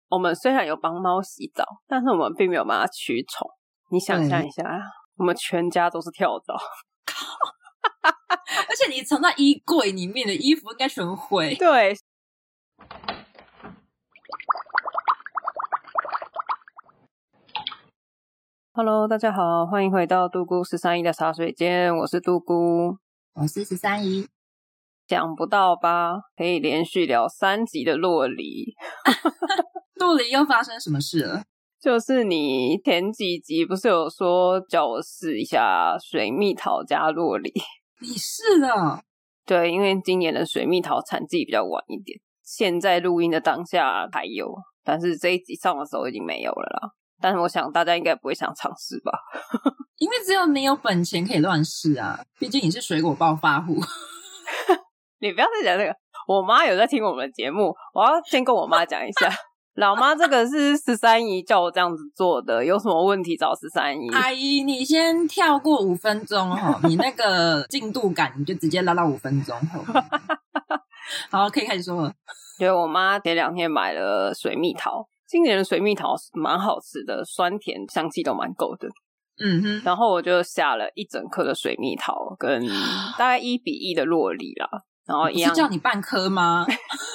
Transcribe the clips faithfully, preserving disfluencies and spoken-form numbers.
我们虽然有帮猫洗澡，但是我们并没有帮它驱虫。你想象一下，我们全家都是跳蚤。 而且你藏在衣柜里面的衣服应该全灰。 对。Hello， 大家好，欢迎回到杜姑十三姨的茶水间，我是杜姑， 我是十三姨。 想不到吧？可以连续聊三集的洛梨。 洛梨又发生什么事了？ 就是你前几集不是有说叫我试一下水蜜桃加洛梨？ 你试了？ 对，因为今年的水蜜桃产季比较晚一点，现在录音的当下还有，但是这一集上的时候已经没有了啦。但是我想大家应该不会想尝试吧。 因为只有你有本钱可以乱试啊，毕竟你是水果暴发户。 你不要再讲这个，我妈有在听我们的节目，我要先跟我妈讲一下。老妈，这个是十三姨叫我这样子做的，有什么问题找十三姨。 阿姨，你先跳过五分钟齁，你那个进度感你就直接拉到五分钟齁。好，可以开始说了。 因为我妈前两天买了水蜜桃，今年的水蜜桃蛮好吃的，酸甜香气都蛮够的。 嗯哼， 然后我就下了一整颗的水蜜桃跟大概一比一的洛梨啦，然后一样。 不是叫你半颗吗？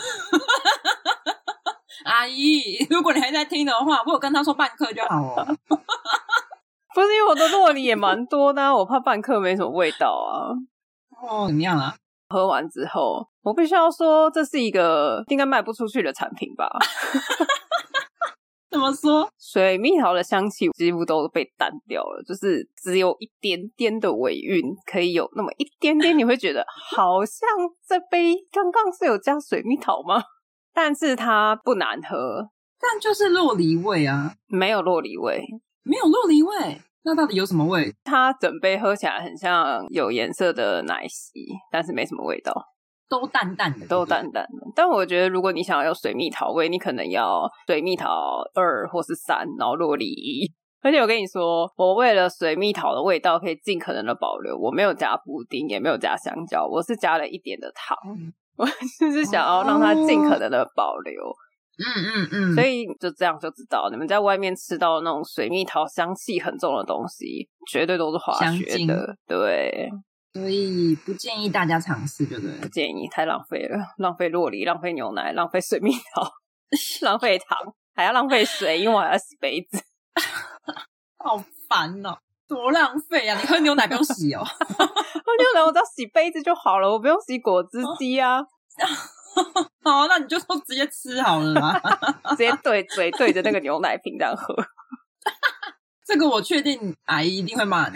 阿姨，如果你还在听的话，我有跟他说半颗就好哦。 不是因为我的洛梨也蛮多的、啊、我怕半颗没什么味道啊。 哦，怎么样啊？ 喝完之后我必须要说这是一个应该卖不出去的产品吧。 怎么说？ 水蜜桃的香气几乎都被淡掉了，就是只有一点点的尾韵，可以有那么一点点你会觉得好像这杯刚刚是有加水蜜桃吗？但是它不难喝， 但就是洛梨味啊。 没有洛梨味。 没有洛梨味，那到底有什么味？ 它整杯喝起来很像有颜色的奶昔，但是没什么味道， 都淡淡的， 都淡淡的。但我觉得如果你想要有水蜜桃味，你可能要水蜜桃二或是三，然后洛梨一。而且我跟你说，我为了水蜜桃的味道可以尽可能的保留，我没有加布丁，也没有加香蕉，我是加了一点的糖。嗯，我就是想要让它尽可能的保留。哦， 嗯嗯嗯， 所以就这样就知道，你们在外面吃到那种水蜜桃香气很重的东西，绝对都是化学的。对， 所以不建议大家尝试，对不对？ 不建议，太浪费了，浪费酪梨，浪费牛奶，浪费水蜜桃，浪费糖，还要浪费水，因为我还要洗杯子。 好烦哦，多浪费啊！你喝牛奶不用洗哦。 喝牛奶我只要洗杯子就好了，我不用洗果汁机啊。 好，那你就说直接吃好了啦。 直接对嘴对着那个牛奶瓶这样喝。 这个我确定阿姨一定会骂你。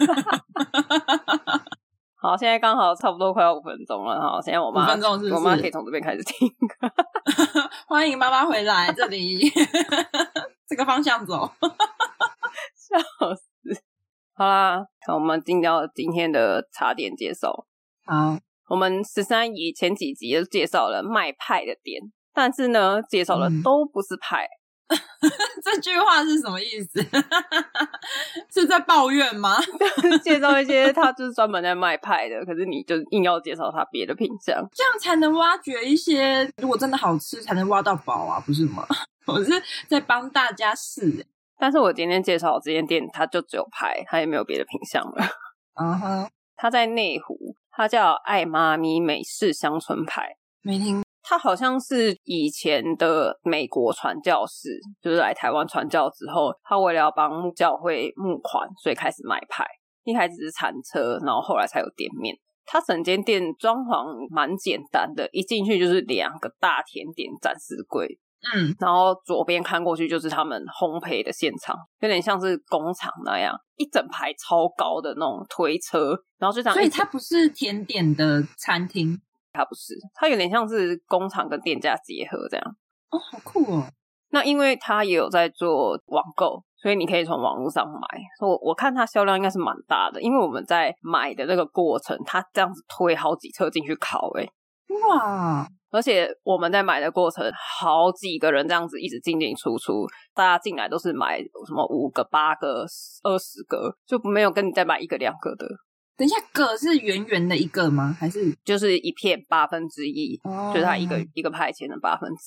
好，现在刚好差不多快要五分钟了。好，现在我妈五分钟是不是？ 我妈可以从这边开始听。 欢迎妈妈回来这里。这个方向走。 笑死。好啦，我们进到今天的茶点介绍。 好， 我们十三姨前几集就介绍了卖派的店，但是呢介绍的都不是派。 嗯、这句话是什么意思？是在抱怨吗？ 介绍一些他就是专门在卖派的，可是你就硬要介绍他别的品项， 这样才能挖掘一些如果真的好吃才能挖到宝啊，不是吗？我是在帮大家试。 但是我今天介绍的这间店它就只有派，它也没有别的品项了。 嗯哼， 它在内湖，它叫爱妈咪美式乡村派。 没听。 他好像是以前的美国传教士，就是来台湾传教之后，他为了要帮教会募款，所以开始卖派。一开始是餐车，然后后来才有店面。他整间店装潢蛮简单的，一进去就是两个大甜点展示柜， 嗯， 然后左边看过去就是他们烘焙的现场，有点像是工厂那样，一整排超高的那种推车，然后就这样。 所以它不是甜点的餐厅。 它不是，它有点像是工厂跟店家结合这样。 哦，好酷哦。 那因为它也有在做网购，所以你可以从网络上买。我我看它销量应该是蛮大的，因为我们在买的那个过程，它这样子推好几车进去烤欸。 哇！ 而且我们在买的过程，好几个人这样子一直进进出出，大家进来都是买什么五个、八个、二十个，就没有跟你再买一个两个的。 等一下，个是圆圆的一个吗？还是就是一片八分之一， 哦， 就是它一个一个派钱的八分之一。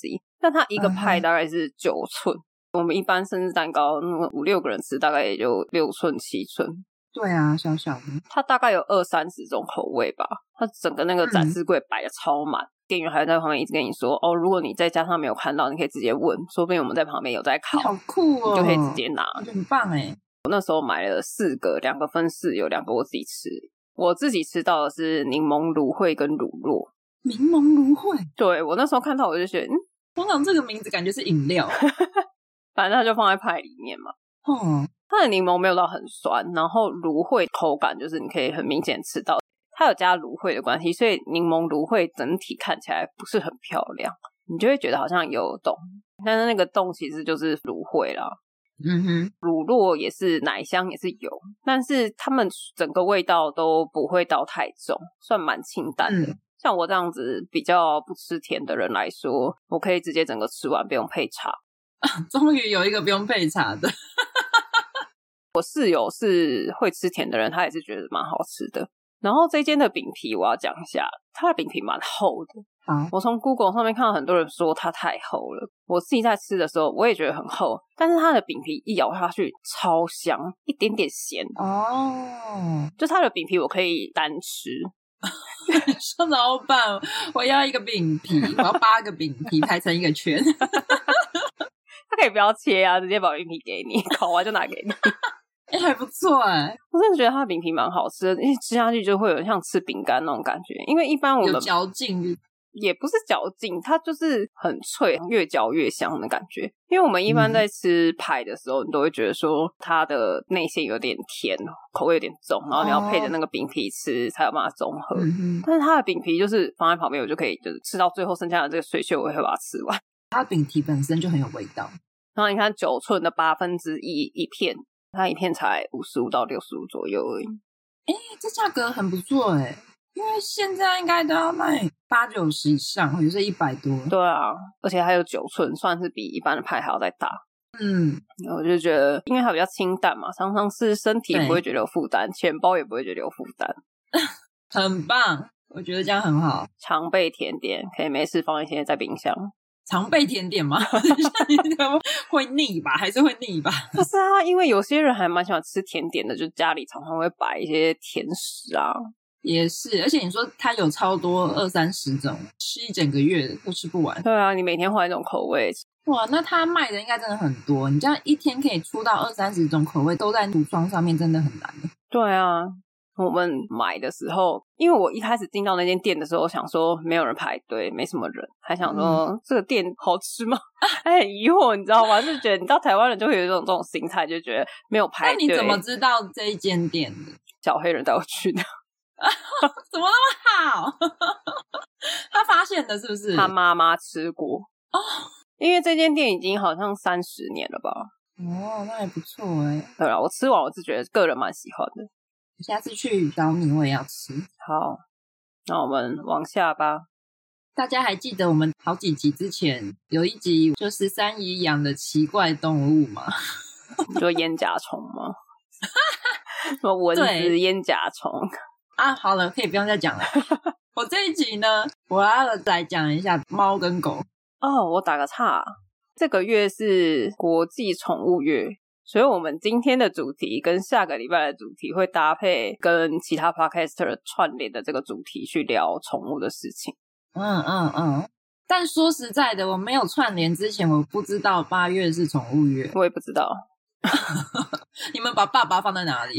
但它一个派大概是九寸、嗯、我们一般生日蛋糕那五六个人吃大概也就六寸七寸。 对啊，小小的。 它大概有二三十种口味吧，它整个那个展示柜摆的超满、嗯、店员还在旁边一直跟你说哦，如果你在家上没有看到你可以直接问，说不定我们在旁边有在烤、 欸、好酷哦， 你就可以直接拿， 很棒耶。 我那时候买了四个，两个分室友，两个我自己吃。我自己吃到的是柠檬芦荟跟乳酪。 柠檬芦荟？ 对，我那时候看到我就觉得嗯， 通常这个名字感觉是饮料反正它就放在派里面嘛。 哦， 它的柠檬没有到很酸，然后芦荟口感就是你可以很明显吃到它有加芦荟的关系，所以柠檬芦荟整体看起来不是很漂亮，你就会觉得好像有洞，但是那个洞其实就是芦荟啦。 嗯哼， 乳酪也是，奶香也是有，但是它们整个味道都不会到太重，算蛮清淡的、嗯、像我这样子比较不吃甜的人来说，我可以直接整个吃完不用配茶。 终于有一个不用配茶的我室友是会吃甜的人，他也是觉得蛮好吃的。然后这间的饼皮我要讲一下，它的饼皮蛮厚的。 好， 我从 Google 上面看到很多人说它太厚了，我自己在吃的时候我也觉得很厚，但是它的饼皮一咬下去超香，一点点咸哦， 就它的饼皮我可以单吃。 说老板我要一个饼皮，我要八个饼皮排成一个圈他可以不要切啊，直接把饼皮给你，烤完就拿给你哎、欸，还不错哎、欸， 我真的觉得它的饼皮蛮好吃的，因为吃下去就会有像吃饼干那种感觉，因为一般我们有嚼劲， 也不是嚼劲，它就是很脆，越嚼越香的感觉。因为我们一般在吃派的时候、嗯、你都会觉得说它的内馅有点甜，口味有点重，然后你要配着那个饼皮吃才有办法中和、嗯、但是它的饼皮就是放在旁边我就可以就是吃到最后剩下的这个碎屑我也会把它吃完， 它的饼皮本身就很有味道。 然后你看九寸的八分之一一片，它一片才五十五到六十五左右而已。 诶，这价格很不错诶，因为现在应该都要卖八九十以上，或者是一百多。 对啊，而且还有九寸，算是比一般的派还要再大。 嗯， 我就觉得因为它比较清淡嘛，常常是身体不会觉得有负担，钱包也不会觉得有负担。 很棒，我觉得这样很好。 常备甜点可以没事放一些在冰箱。 常备甜点吗？会腻吧？还是会腻吧？ 不是啊，因为有些人还蛮喜欢吃甜点的，就家里常常会摆一些甜食啊。 也是，而且你说它有超多二三十种，吃一整个月都吃不完。 对啊，你每天换一种口味。 哇，那它卖的应该真的很多，你这样一天可以出到二三十种口味，都在橱窗上面，真的很难。 对啊。我们买的时候，因为我一开始进到那间店的时候，我想说没有人排队，没什么人，还想说、嗯、这个店好吃吗？还很疑惑，你知道吗？就觉得你知道台湾人就会有一种这种心态，就觉得没有排队。 那你怎么知道这一间店的？ 小黑人带我去的。 怎么那么好？他发现的是不是？ 他妈妈吃过哦，因为这间店已经好像三十年了吧。 哦，那还不错哎。 对啦，我吃完我是觉得个人蛮喜欢的。 下次去找你我也要吃。 好，那我们往下吧。 大家还记得我们好几集之前有一集就是三姨养的奇怪动物吗？ 你说烟甲虫吗？什么蚊子、烟甲虫啊？好了，可以不用再讲了。我这一集呢，我要来讲一下猫跟狗。 哦，我打个岔，这个月是国际宠物月。所以我们今天的主题跟下个礼拜的主题会搭配跟其他 podcaster 串联的这个主题去聊宠物的事情。 嗯嗯嗯。但说实在的，我没有串联之前，我不知道八月是宠物月。 我也不知道。 你们把爸爸放在哪里？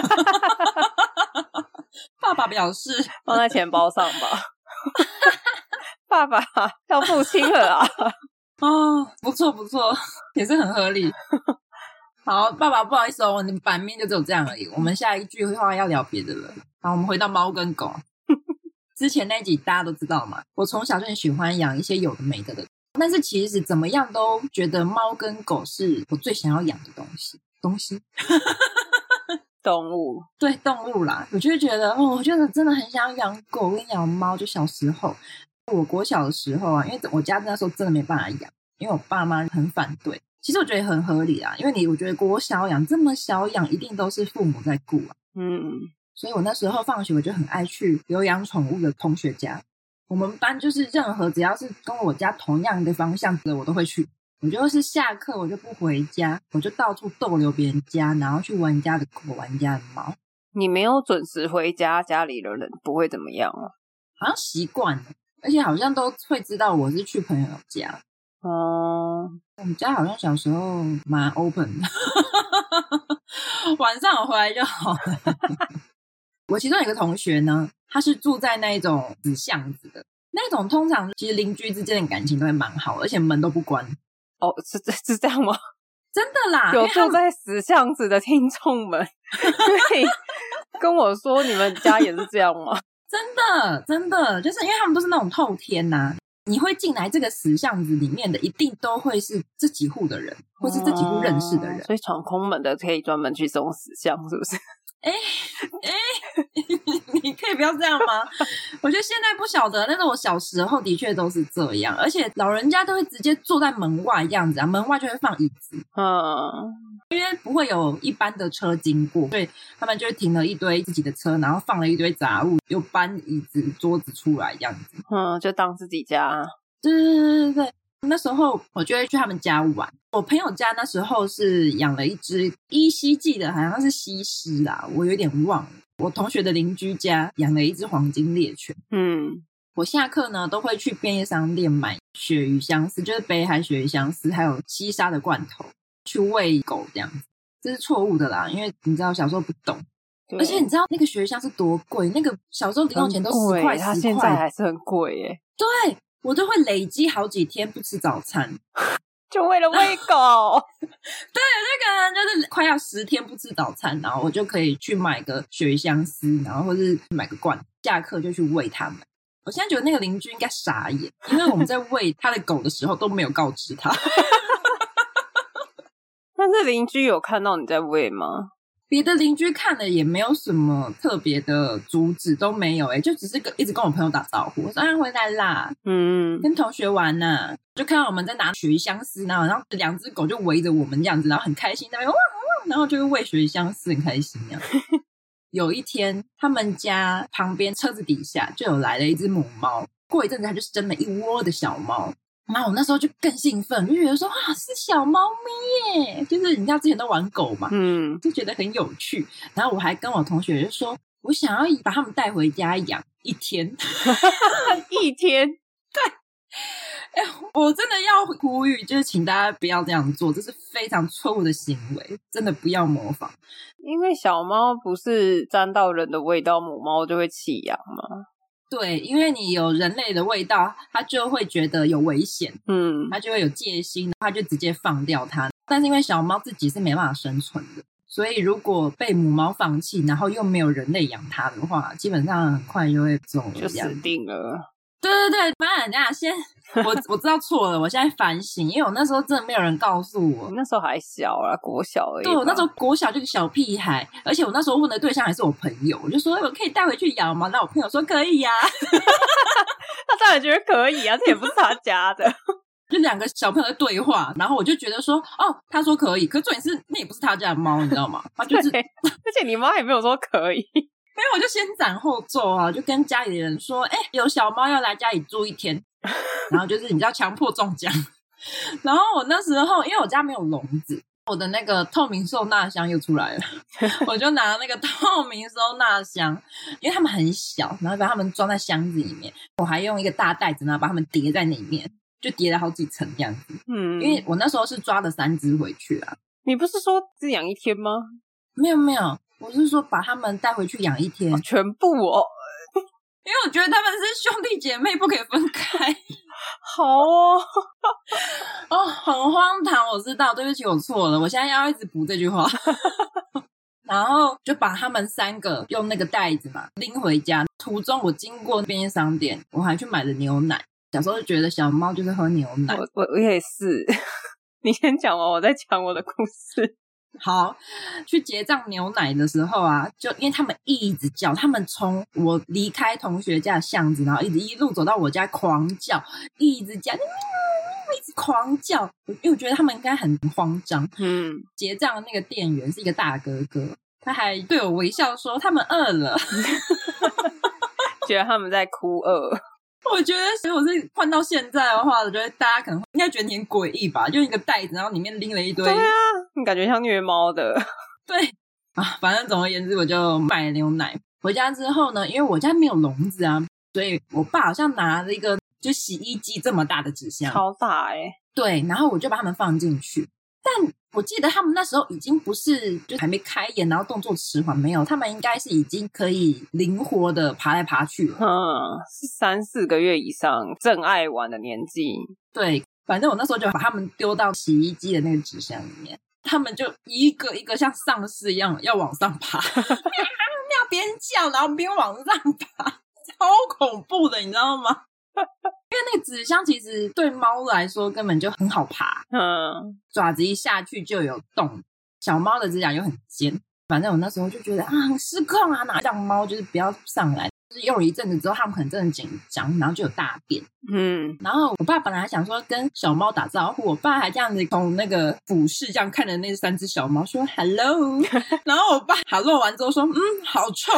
爸爸表示放在钱包上吧。爸爸要付清了啊。 哦，不错不错，也是很合理。好，爸爸不好意思哦，你的版面就只有这样而已。我们下一句话要聊别的了。好，我们回到猫跟狗。之前那集大家都知道嘛，我从小就很喜欢养一些有的没的的，但是其实怎么样都觉得猫跟狗是我最想要养的东西。东西， 动物，对， 动物啦，我就会觉得哦，我觉得真的很想养狗跟养猫。就小时候，我国小的时候啊，因为我家那时候真的没办法养，因为我爸妈很反对。其实我觉得很合理啦，因为你我觉得国小养这么小养，一定都是父母在顾啊。嗯，所以我那时候放学我就很爱去有养宠物的同学家。 我们班就是任何只要是跟我家同样的方向的我都会去，我就是下课我就不回家，我就到处逗留别人家，然后去玩人家的狗玩人家的猫。 你没有准时回家，家里的人不会怎么样吗？ 好像习惯了，而且好像都会知道我是去朋友家。 哦、 嗯，我们家好像小时候蛮 open 的晚上我回来就好了我其中有一个同学呢，他是住在那种死巷子的那种，通常其实邻居之间的感情都会蛮好，而且门都不关。 哦，是是这样吗？ 真的啦， 有住在死巷子的听众们可以跟我说你们家也是这样吗？ 真的真的，就是因为他们都是那种透天啊，你会进来这个死巷子里面的一定都会是这几户的人，或是这几户认识的人、 哦、所以闯空门的可以专门去送死巷是不是？ 哎哎，你可以不要这样吗？我觉得现在不晓得，但是我小时候的确都是这样，而且老人家都会直接坐在门外这样子啊，门外就会放椅子， 嗯， 因为不会有一般的车经过，所以他们就会停了一堆自己的车，然后放了一堆杂物，又搬椅子桌子出来这样子， 嗯，就当自己家。 对对对对对。那时候我就会去他们家玩，我朋友家那时候是养了一只，依稀记得好像是西施啦，我有点忘了。我同学的邻居家养了一只黄金猎犬。 嗯， 我下课呢都会去便利商店买鳕鱼香丝，就是北海鳕鱼香丝，还有西沙的罐头去喂狗这样子。这是错误的啦，因为你知道小时候不懂，而且你知道那个鳕鱼香丝多贵，那个小时候零用钱都十块十块， 它现在还是很贵耶。 对，我都会累积好几天不吃早餐， 就为了喂狗。 对，这个人就是快要十天不吃早餐，然后我就可以去买个鳕鱼香丝，然后或是买个罐，下课就去喂他们。我现在觉得那个邻居应该傻眼，因为我们在喂他的狗的时候都没有告知他。 但是邻居有看到你在喂吗？ 别的邻居看了也没有什么特别的阻止，都没有、欸、就只是跟一直跟我朋友打招呼，我说啊回来啦，嗯，跟同学玩呐、啊，就看到我们在拿鳕鱼香丝，然后然后两只狗就围着我们这样子，然后很开心那边哇哇，然后就会喂鳕鱼香丝，很开心这样。有一天他们家旁边车子底下就有来了一只母猫，过一阵子它就生了一窝的小猫，然后我那时候就更兴奋，就觉得说哇是小猫咪耶，就是你知道之前都玩狗嘛，嗯，就觉得很有趣。然后我还跟我同学就说我想要把他们带回家养一天。 一天？ 对，哎、欸，我真的要呼吁，就是请大家不要这样做，这是非常错误的行为，真的不要模仿。 因为小猫不是沾到人的味道，母猫就会弃养吗？ 对，因为你有人类的味道，它就会觉得有危险，嗯，它就会有戒心，它就直接放掉它。但是因为小猫自己是没办法生存的，所以如果被母猫放弃，然后又没有人类养它的话，基本上很快就会走了， 就死定了。 对对对，反正等一下先，我我知道错了，我现在反省，因为我那时候真的没有人告诉我， 那时候还小啦，国小而已。 对，我那时候国小就是小屁孩，而且我那时候问的对象还是我朋友，我就说我可以带回去养吗？那我朋友说可以呀、啊， 他当然觉得可以啊，这也不是他家的。 就两个小朋友在对话，然后我就觉得说，哦，他说可以，可重点是那也不是他家的猫，你知道吗？他就是， 而且你妈也没有说可以。 因为我就先斩后奏啊，就跟家里人说，哎、欸，有小猫要来家里住一天，然后就是你知道强迫中奖。然后我那时候因为我家没有笼子，我的那个透明收纳箱又出来了，我就拿那个透明收纳箱，因为他们很小，然后把他们装在箱子里面，我还用一个大袋子，然后把他们叠在里面，就叠了好几层这样子。嗯，因为我那时候是抓了三只回去啊。 你不是说只养一天吗？ 没有没有。我是说把他们带回去养一天、 哦、全部哦， 因为我觉得他们是兄弟姐妹，不可以分开。 好哦， 哦，很荒唐，我知道，对不起，我错了，我现在要一直补这句话。然后就把他们三个用那个袋子嘛拎回家，途中我经过便利商店，我还去买了牛奶。小时候就觉得小猫就是喝牛奶， 我我我也是。你先讲完，我再讲我的故事。 好，去结账牛奶的时候啊，就因为他们一直叫，他们从我离开同学家的巷子，然后一直一路走到我家狂叫，一直叫，一直狂叫，因为我觉得他们应该很慌张。嗯，结账的那个店员是一个大哥哥，他还对我微笑说他们饿了， 觉得他们在哭饿。 我觉得如果是换到现在的话，我觉得大家可能应该觉得你很诡异吧，就一个袋子然后里面拎了一堆。 对啊，你感觉像虐猫的。 对啊，反正总而言之我就买了牛奶回家之后呢，因为我家没有笼子啊，所以我爸好像拿了一个就洗衣机这么大的纸箱， 超大欸。 对，然后我就把它们放进去，但我记得他们那时候已经不是就还没开眼，然后动作迟缓，没有，他们应该是已经可以灵活的爬来爬去了。 嗯，是三四个月以上正爱玩的年纪。 对，反正我那时候就把他们丢到洗衣机的那个纸箱里面，他们就一个一个像丧尸一样要往上爬，要边叫然后边往上爬，超恐怖的，你知道吗？因为那个纸箱其实对猫来说根本就很好爬， 嗯， 爪子一下去就有洞，小猫的指甲又很尖，反正我那时候就觉得啊很失控啊，哪让猫就是不要上来，就是用了一阵子之后，他们可能真的紧张，然后就有大便。 嗯， 然后我爸本来想说跟小猫打招呼，我爸还这样子从那个俯视这样看着那三只小猫说 hello， 然后我爸 hello 完之后说嗯好臭。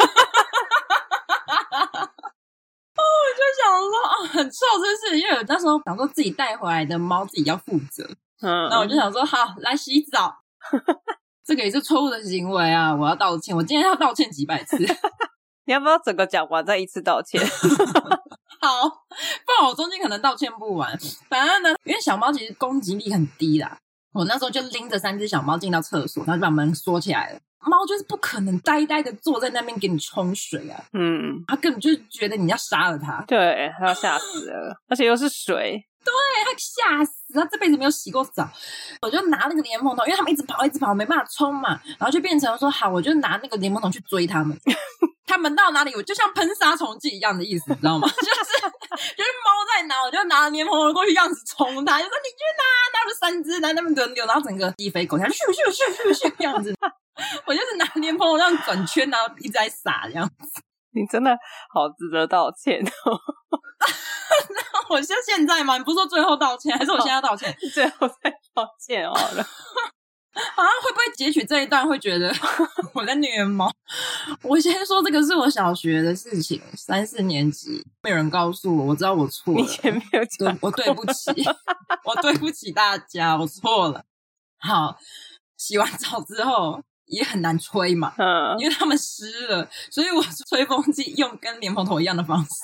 我就想说哦很臭这是，因为我那时候想说自己带回来的猫自己要负责， 嗯， 然后我就想说好来洗澡。这个也是错误的行为啊，我要道歉，我今天要道歉几百次。 你要不要整个讲完再一次道歉？ 好，不然我中间可能道歉不完。反正呢，因为小猫其实攻击力很低啦，我那时候就拎着三只小猫进到厕所，然后就把门锁起来了。猫就是不可能呆呆的坐在那边给你冲水啊， 嗯， 它根本就觉得你要杀了它， 对，它要吓死了，而且又是水。 对，它吓死，它这辈子没有洗过澡。我就拿那个莲蓬头，因为他们一直跑一直跑没办法冲嘛，然后就变成说好，我就拿那个莲蓬头去追他们。他们到哪里我就像喷杀虫剂一样的意思，你知道吗？就是就是猫在哪我就拿莲蓬头过去样子冲它，就说你去哪，他们三只在那边轮流，然后整个鸡飞狗跳，咻咻咻咻咻这样子。我就是拿莲蓬头这样转圈，然后一直在撒这样子。 你真的好值得道歉哦。 我是现在吗？你不是说最后道歉，还是我现在要道歉？ 最后再道歉好了。 啊，会不会截取这一段会觉得我在虐猫？我先说这个是我小学的事情，三四年级，没有人告诉我，我知道我错了。 你前面有讲对，我对不起，我对不起大家，我错了。好，洗完澡之后也很难吹嘛， 嗯， 因为他们湿了，所以我吹风机用跟莲蓬头一样的方式。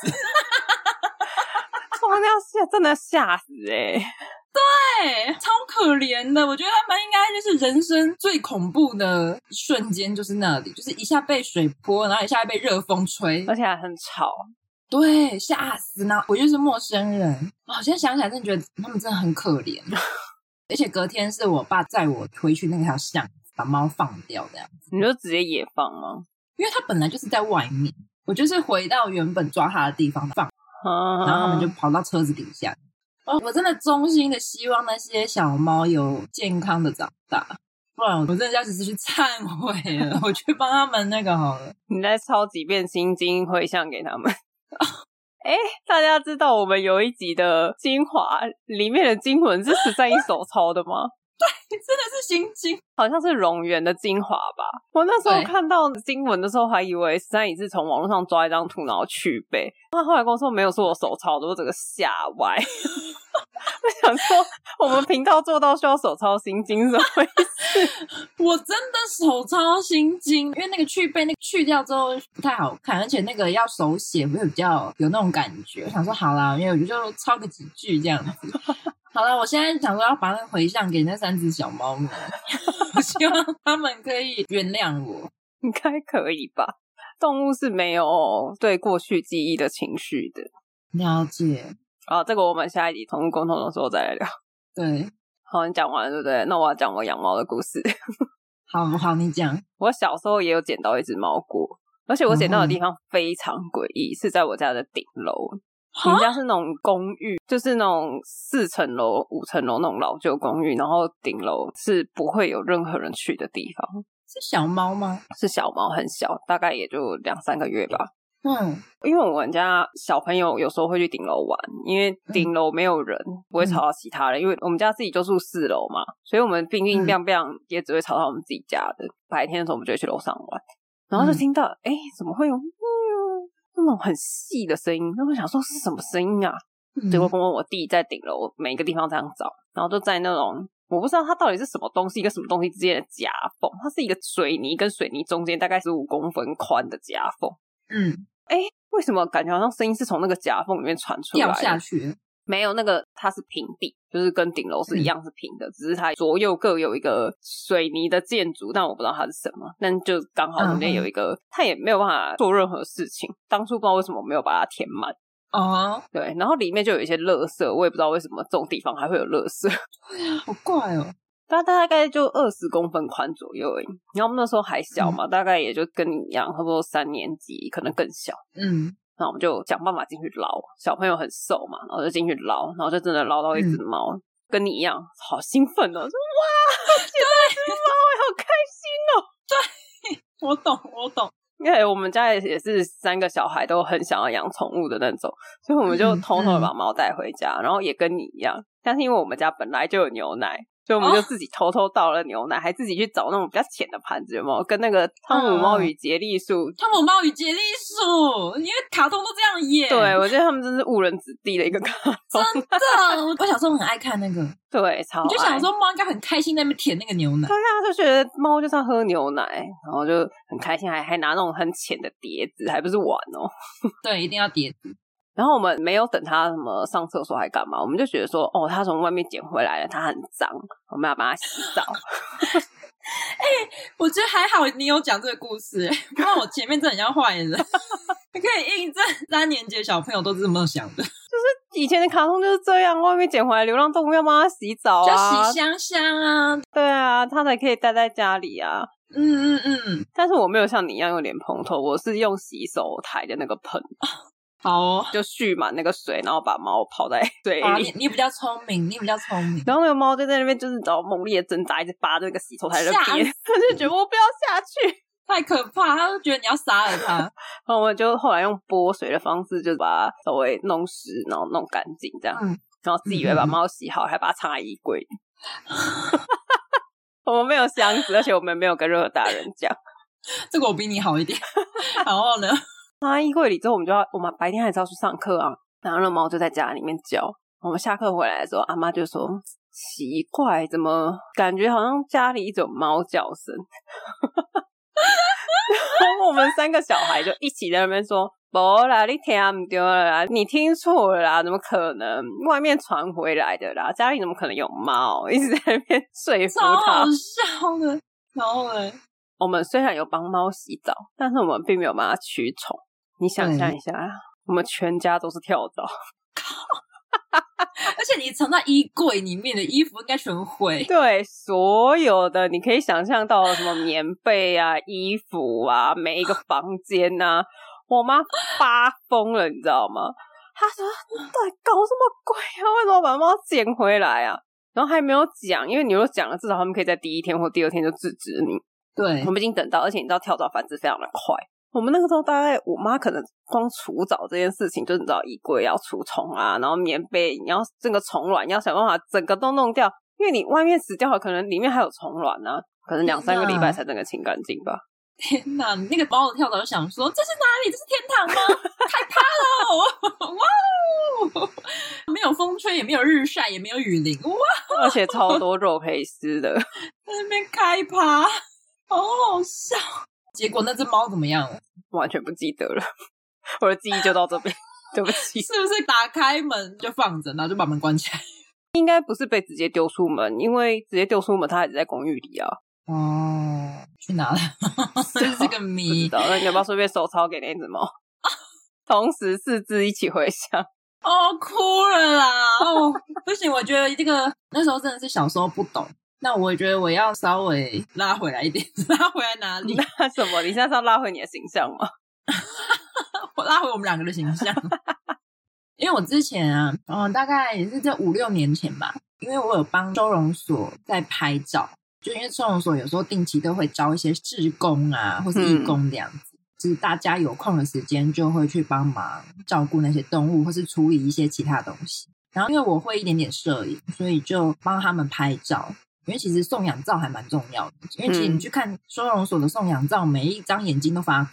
哇，那要吓，真的吓死欸。 对，超可怜的。我觉得他们应该就是人生最恐怖的瞬间，就是那里，就是一下被水泼，然后一下被热风吹， 而且还很吵。 对，吓死！然后我就是陌生人啊、哦！现在想起来，真的觉得他们真的很可怜。而且隔天是我爸载我回去那条巷子，把猫放掉这样子。 你就直接野放吗？ 因为它本来就是在外面，我就是回到原本抓它的地方放， 啊、 然后他们就跑到车子底下。哦，我真的衷心的希望那些小猫有健康的长大，不然我真的要只是去忏悔了。我去帮他们那个好了。 你再抄几遍心经回向给他们。哎，大家知道我们有一集的精华里面的经文是十三姨手抄的吗？ 对，真的是心经， 好像是蝾螈的精华吧。我那时候看到经文的时候，还以为十三姨是从网络上抓一张图然后去背。他后来跟我说没有，是我手抄的，我整个吓歪。我想说，我们频道做到需要手抄心经，怎么回事？ 我真的手抄心经，因为那个去背那个去掉之后不太好看，而且那个要手写会比较有那种感觉。我想说好啦，因为我就抄个几句这样子。好了，我现在想说要把那个回向给那三只小猫们，我希望他们可以原谅我。 应该可以吧？动物是没有对过去记忆的情绪的。 了解。 啊，这个我们下一集宠物沟通的时候再来聊。 对， 好，你讲完了对不对？那我要讲我养猫的故事。 好不好？你讲。 我小时候也有捡到一只猫过，而且我捡到的地方非常诡异，是在我家的顶楼。我们家是那种公寓，就是那种四层楼、五层楼那种老旧公寓，然后顶楼是不会有任何人去的地方。 是小猫吗？ 是小猫，很小，大概也就两三个月吧。 嗯， 因为我们家小朋友有时候会去顶楼玩，因为顶楼没有人，不会吵到其他人。因为我们家自己就住四楼嘛，所以我们乒乒乓乓也只会吵到我们自己家的。白天的时候我们就会去楼上玩，然后就听到哎、嗯，怎么会有嗯，怎那种很细的声音，那我想说是什么声音啊？ 嗯、 结果跟我弟在顶楼每个地方这样找，然后就在那种我不知道它到底是什么东西跟什么东西之间的夹缝，它是一个水泥跟水泥中间大概十五公分宽的夹缝。 嗯， 哎，为什么感觉好像声音是从那个夹缝里面传出来的？ 掉下去了。 没有，那个它是平地，就是跟顶楼是一样是平的、嗯、只是它左右各有一个水泥的建筑，但我不知道它是什么，但就刚好中间有一个、嗯、它也没有办法做任何事情，当初不知道为什么没有把它填满。 哦， 对，然后里面就有一些垃圾，我也不知道为什么这种地方还会有垃圾。 好怪哦。 它大概就二十公分宽左右而已，然后我们那时候还小嘛、嗯、大概也就跟你一样差不多三年级，可能更小。 嗯， 然后我们就想办法进去捞，小朋友很瘦嘛，然后就进去捞，然后就真的捞到一只猫、嗯、跟你一样好兴奋哦，说哇捡到一只猫好开心哦。 对，我懂我懂， 因为我们家也是三个小孩都很想要养宠物的那种，所以我们就偷偷的把猫带回家、嗯、然后也跟你一样，但是因为我们家本来就有牛奶，所以我们就自己偷偷倒了牛奶、哦、还自己去找那种比较浅的盘子，有没有跟那个汤姆猫与杰利树、 嗯、汤姆猫与杰利树，因为卡通都这样演。 对，我觉得他们真是误人子弟的一个卡通。 真的，我小时候很爱看那个。 对，超爱。 你就想说猫应该很开心在那边舔那个牛奶。 对啊，就觉得猫就是要喝牛奶，然后就很开心，还还拿那种很浅的碟子，还不是碗哦。对， 一定要碟子。 然后我们没有等他什么上厕所还干嘛，我们就觉得说哦，他从外面捡回来了，他很脏，我们要帮他洗澡。 哎、欸，我觉得还好你有讲这个故事，不然我前面真的很像坏人。你可以印证三年级的小朋友都是这么想的， 就是以前的卡通就是这样，外面捡回来流浪动物要帮他洗澡啊， 要洗香香啊， 对啊，他才可以待在家里啊。 嗯嗯嗯， 但是我没有像你一样用莲蓬头，我是用洗手台的那个盆。 好哦， 就蓄满那个水，然后把猫泡在水里。 啊、你你比较聪明，你比较聪明。 然后那个猫就在那边，就是找猛烈的挣扎，一直扒着那个洗手台的边，他就觉得我不要下去， 太可怕，他就觉得你要杀了他。 然后我们就后来用拨水的方式，就把它稍微弄湿，然后弄干净这样。嗯，然后自己以为把猫洗好，还把它藏在衣柜里。我们没有箱子，而且我们没有跟任何大人讲。 这个我比你好一点。然后呢？ 放在衣柜里之后，我们就要，我们白天还是要去上课啊。然后那猫就在家里面叫。我们下课回来的时候，阿妈就说：“奇怪，怎么感觉好像家里一种猫叫声？”然后我们三个小孩就一起在那边说：“没啦，你听不对了啦，你听错了啦，怎么可能？外面传回来的啦，家里怎么可能有猫？”一直在那边说服他， 超好笑的。然后呢， 我们虽然有帮猫洗澡，但是我们并没有帮它驱虫。你想象一下，我们全家都是跳蚤。 而且你藏在衣柜里面的衣服应该全灰。 对，所有的你可以想象到的什么棉被啊、衣服啊，每一个房间啊，我妈发疯了，你知道吗？她说：“你到底搞什么鬼啊？为什么把猫捡回来啊？”然后还没有讲，因为你如果讲了，至少他们可以在第一天或第二天就制止你。 对， 我们已经等到，而且你知道跳蚤繁殖非常的快。我们那个时候大概，我妈可能光除蚤这件事情，就是你知道衣柜要除虫啊，然后棉被你要这个虫卵要想办法整个都弄掉，因为你外面死掉了，可能里面还有虫卵啊，可能两三个礼拜才整个清干净吧。 天哪，你那个猫的跳蚤就想说这是哪里？这是天堂吗？太怕了！哇哦，没有风吹，也没有日晒，也没有雨淋，哇！ 而且超多肉可以吃的， 在那边开趴，好好笑。结果那只猫怎么样了？ 完全不记得了，我的记忆就到这边，对不起。 是不是打开门就放着，然后就把门关起来？ 应该不是被直接丢出门，因为直接丢出门，它还是在公寓里啊。 哦，去哪了？这是个谜。 不知道，那你要不要顺便手抄给那只猫？同时四只一起回想。 哦，哭了啦！哦，不行，我觉得这个那时候真的是小时候不懂。那我觉得我要稍微拉回来一点，拉回来哪里？ 拉什么？你现在是要拉回你的形象吗？ 我拉回我们两个的形象。因为我之前啊，嗯，大概也是这五六年前吧，因为我有帮收容所在拍照，就因为收容所有时候定期都会招一些志工啊，或是义工这样子。嗯，就是大家有空的时间就会去帮忙照顾那些动物，或是处理一些其他东西。然后因为我会一点点摄影，所以就帮他们拍照。因为其实送养照还蛮重要的，因为其实你去看收容所的送养照，每一张眼睛都发光，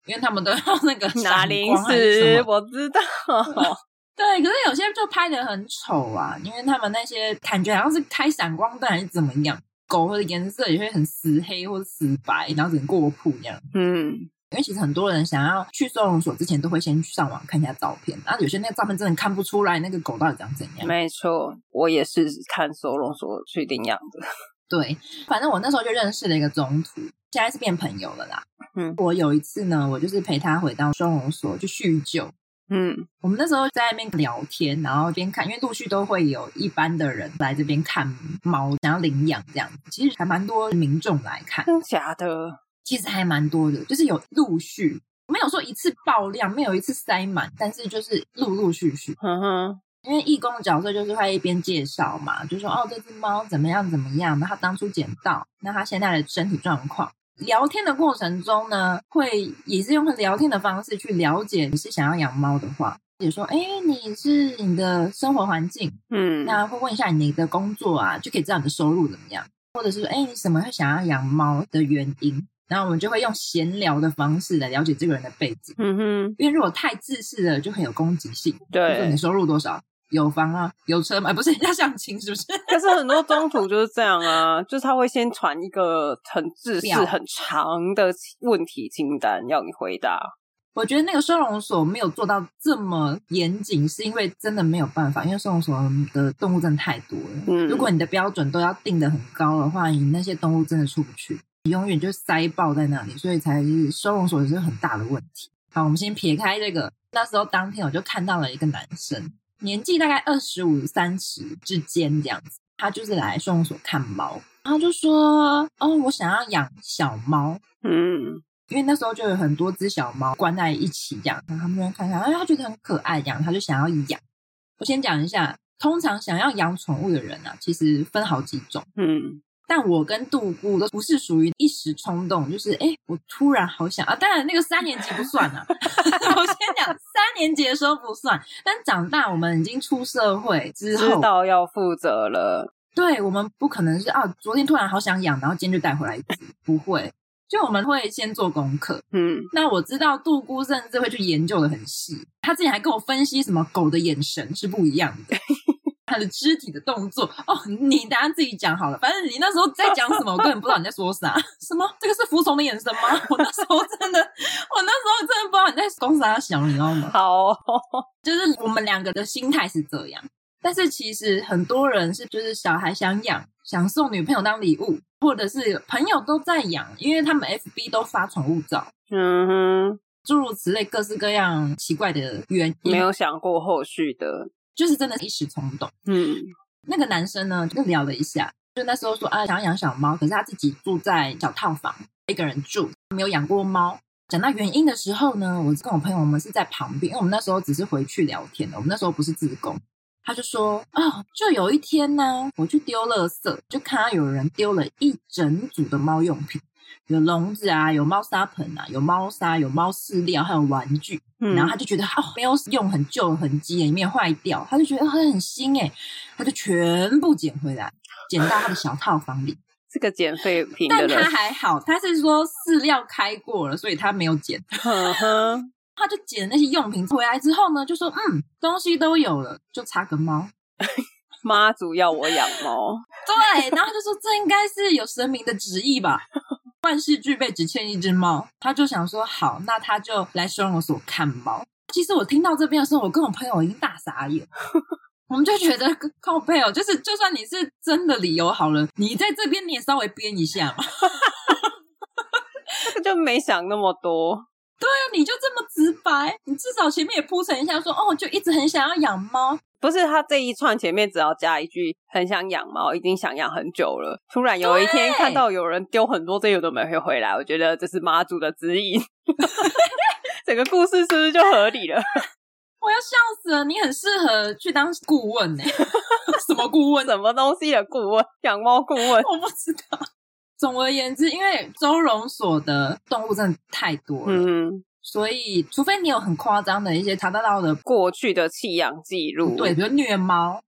因为他们都要那个拿零闪光还是什食， 么我知道。 对，可是有些就拍得很丑啊，因为他们那些感觉好像是开闪光灯还是怎么样，狗的颜色也会很死黑或者死白，然后整个过曝这样。 嗯， 因为其实很多人想要去收容所之前都会先去上网看一下照片，然后有些那个照片真的看不出来那个狗到底长怎样。 没错，我也是看收容所去领养的。 对，反正我那时候就认识了一个中途，现在是变朋友了啦。 嗯， 我有一次呢，我就是陪他回到收容所去叙旧。 嗯， 我们那时候在那边聊天，然后边看，因为陆续都会有一般的人来这边看猫，想要领养这样子，其实还蛮多民众来看。 真假的？ 其实还蛮多的，就是有陆续，没有说一次爆量，没有一次塞满，但是就是陆陆续续。 哼哼， 因为义工的角色就是会一边介绍嘛，就说哦这只猫怎么样怎么样，那他当初捡到，那他现在的身体状况。聊天的过程中呢，会也是用聊天的方式去了解你是想要养猫的话，比如说哎你是你的生活环境， 嗯， 那会问一下你的工作啊，就可以知道你的收入怎么样，或者是说哎你怎么会想要养猫的原因，然后我们就会用闲聊的方式来了解这个人的背景。 嗯哼， 因为如果太自私了就很有攻击性， 对， 比如说你收入多少，有房啊有车吗？不是人家相亲是不是？ 可是很多中途就是这样啊，就是他会先传一个很自私很长的问题清单要你回答。 我觉得那个收容所没有做到这么严谨，是因为真的没有办法，因为收容所的动物真的太多了。嗯，如果你的标准都要定得很高的话，你那些动物真的出不去，你永远就塞爆在那里，所以才是收容所是很大的问题。好，我们先撇开这个，那时候当天我就看到了一个男生，年纪大概二十五三十之间这样子，他就是来收容所看猫，然后就说哦我想要养小猫。嗯，因为那时候就有很多只小猫关在一起养，然后他们看看哎他觉得很可爱养，他就想要养。我先讲一下，通常想要养宠物的人啊其实分好几种。嗯，但我跟杜姑都不是属于一时冲动，就是哎我突然好想啊，当然那个三年级不算啊我先讲三年级的时候不算，但长大我们已经出社会之后知道要负责了。 对，我们不可能是啊昨天突然好想养然后今天就带回来一只，不会，就我们会先做功课。嗯，那我知道杜姑甚至会去研究的很细，他之前还跟我分析什么狗的眼神是不一样的他的肢体的动作哦，你等一下自己讲好了，反正你那时候在讲什么我根本不知道你在说啥什么这个是服从的眼神吗？我那时候真的我那时候真的不知道你在攻啥小，你知道吗？ 好、哦、 就是我们两个的心态是这样，但是其实很多人是就是小孩想养想送女朋友当礼物，或者是朋友都在养，因为他们 F B 都发宠物照，嗯哼，诸如此类各式各样奇怪的原因， 没有想过后续的， 就是真的一时冲动。嗯，那个男生呢就聊了一下，就那时候说啊想要养小猫，可是他自己住在小套房一个人住，没有养过猫。讲到原因的时候呢，我跟我朋友我们是在旁边，因为我们那时候只是回去聊天的，我们那时候不是志工。他就说哦，就有一天呢我去丢垃圾，就看到有人丢了一整组的猫用品，有笼子啊，有猫砂盆啊，有猫砂，有猫饲料，还有玩具。嗯，然后他就觉得哦没有用，很旧的痕迹，里面坏掉，他就觉得它、哦、很新耶，他就全部捡回来，捡到他的小套房里。 这个捡废品的人， 但他还好，他是说饲料开过了，所以他没有捡。呵呵，他就捡那些用品回来之后呢，就说嗯，东西都有了，就差个猫。 妈祖要我养猫， 对，然后就说这应该是有神明的旨意吧，万事俱备，只欠一只猫。他就想说好，那他就来收容所看猫。其实我听到这边的时候，我跟我朋友已经大傻眼。我们就觉得靠背哦，就是就算你是真的理由好了，你在这边你也稍微编一下嘛。 就没想那么多。 对啊，你就这么直白，你至少前面也铺陈一下说哦，就一直很想要养猫。 不是，他这一串前面只要加一句很想养猫，已经想养很久了，突然有一天看到有人丢很多这有的没会回来，我觉得这是妈祖的指引。整个故事是不是就合理了？ 我要笑死了，你很适合去当顾问耶。什么顾问？ 什么东西的顾问？养猫顾问？ 我不知道。总而言之，因为收容所的动物真的太多了，嗯，所以除非你有很夸张的一些查得到的过去的弃养记录， 对，比如虐猫，